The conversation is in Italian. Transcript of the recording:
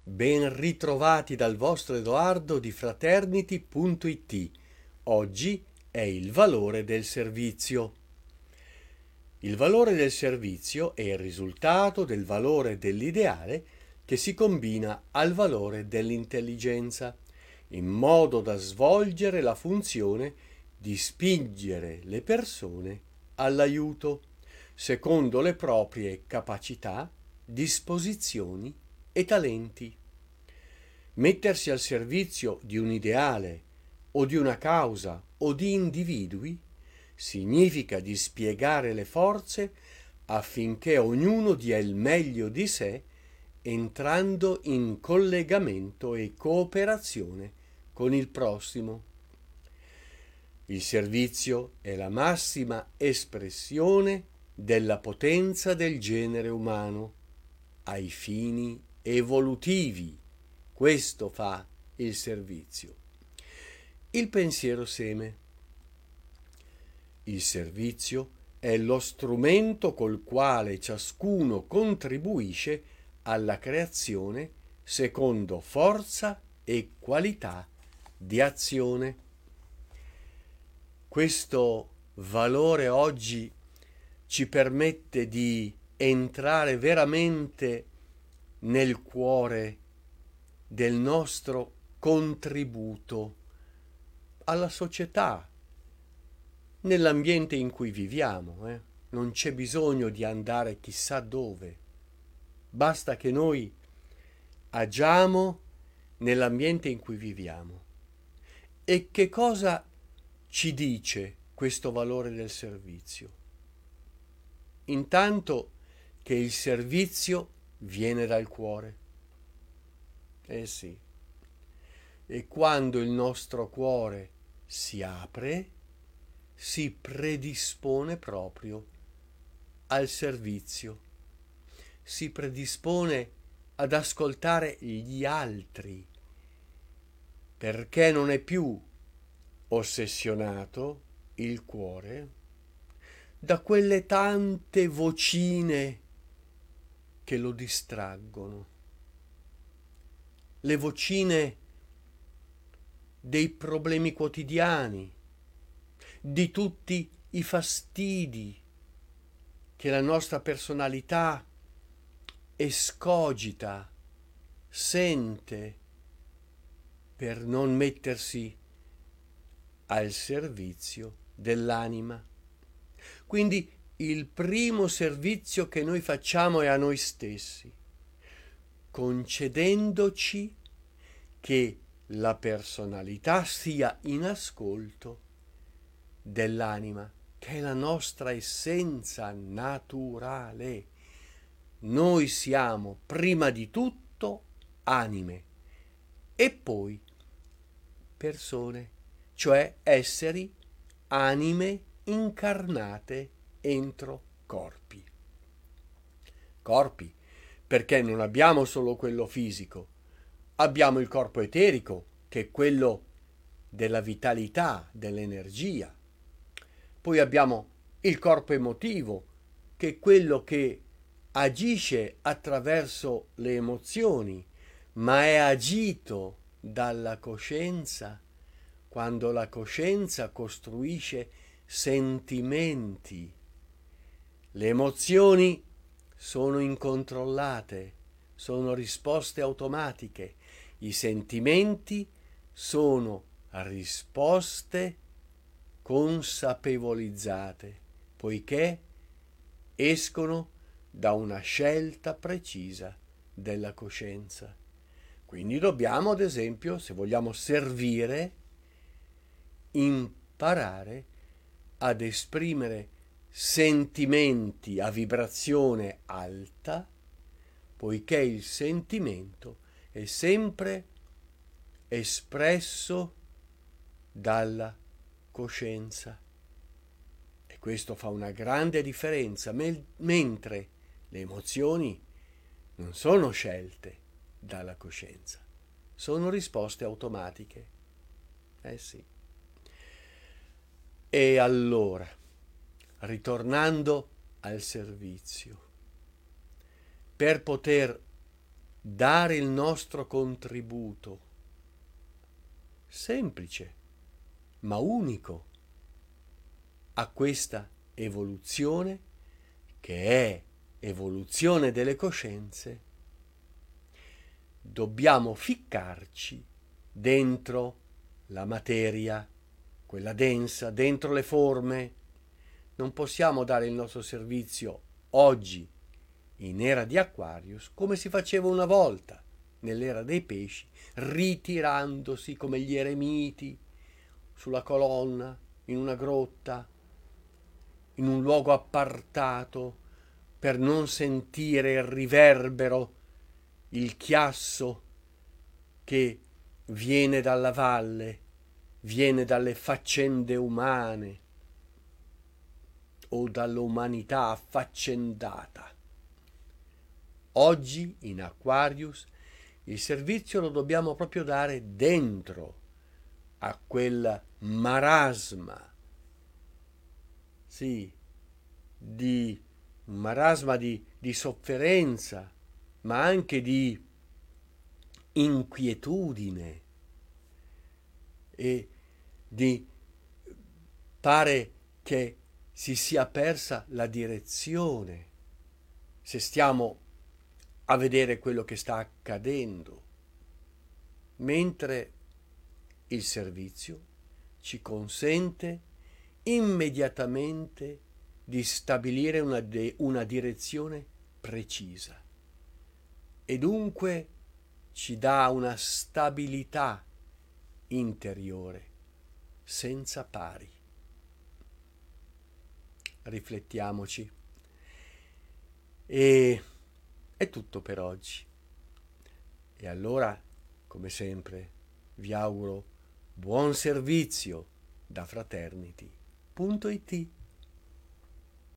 Ben ritrovati dal vostro Edoardo di Fraternity.it. Oggi è il valore del servizio. Il valore del servizio è il risultato del valore dell'ideale che si combina al valore dell'intelligenza, in modo da svolgere la funzione di spingere le persone all'aiuto, secondo le proprie capacità, disposizioni e talenti. Mettersi al servizio di un ideale o di una causa o di individui significa dispiegare le forze affinché ognuno dia il meglio di sé, entrando in collegamento e cooperazione con il prossimo. Il servizio è la massima espressione della potenza del genere umano ai fini evolutivi. Questo fa il servizio. Il pensiero seme. Il servizio è lo strumento col quale ciascuno contribuisce alla creazione secondo forza e qualità di azione. Questo valore oggi ci permette di entrare veramente nel cuore del nostro contributo alla società, nell'ambiente in cui viviamo. Non c'è bisogno di andare chissà dove, basta che noi agiamo nell'ambiente in cui viviamo. E che cosa ci dice questo valore del servizio? Intanto che il servizio viene dal cuore. Sì. E quando il nostro cuore si apre, si predispone proprio al servizio, si predispone ad ascoltare gli altri, perché non è più ossessionato il cuore da quelle tante vocine che lo distraggono, le vocine dei problemi quotidiani, di tutti i fastidi che la nostra personalità escogita, sente per non mettersi al servizio dell'anima. Quindi il primo servizio che noi facciamo è a noi stessi, concedendoci che la personalità sia in ascolto dell'anima, che è la nostra essenza naturale. Noi siamo prima di tutto anime e poi persone, cioè esseri, anime incarnate entro corpi. Corpi, perché non abbiamo solo quello fisico, abbiamo il corpo eterico, che è quello della vitalità, dell'energia. Poi abbiamo il corpo emotivo, che è quello che agisce attraverso le emozioni, ma è agito dalla coscienza, quando la coscienza costruisce sentimenti. Le emozioni sono incontrollate, sono risposte automatiche. I sentimenti sono risposte consapevolizzate, poiché escono da una scelta precisa della coscienza. Quindi dobbiamo, ad esempio, se vogliamo servire, imparare ad esprimere sentimenti a vibrazione alta, poiché il sentimento è sempre espresso dalla coscienza. E questo fa una grande differenza, mentre le emozioni non sono scelte dalla coscienza, sono risposte automatiche. Sì. E allora, ritornando al servizio, per poter dare il nostro contributo, semplice ma unico, a questa evoluzione che è evoluzione delle coscienze, dobbiamo ficcarci dentro la materia, quella densa, dentro le forme. Non possiamo dare il nostro servizio oggi in era di Aquarius come si faceva una volta nell'era dei pesci, ritirandosi come gli eremiti sulla colonna, in una grotta, in un luogo appartato, per non sentire il riverbero, il chiasso che viene dalla valle, viene dalle faccende umane o dall'umanità affaccendata. Oggi in Aquarius il servizio lo dobbiamo proprio dare dentro a quel marasma, sì, di un marasma di sofferenza, ma anche di inquietudine e di pare che si sia persa la direzione se stiamo a vedere quello che sta accadendo, mentre il servizio ci consente immediatamente di stabilire una direzione precisa e dunque ci dà una stabilità interiore senza pari. Riflettiamoci. E è tutto per oggi. E allora, come sempre, vi auguro buon servizio da Fraternity.it.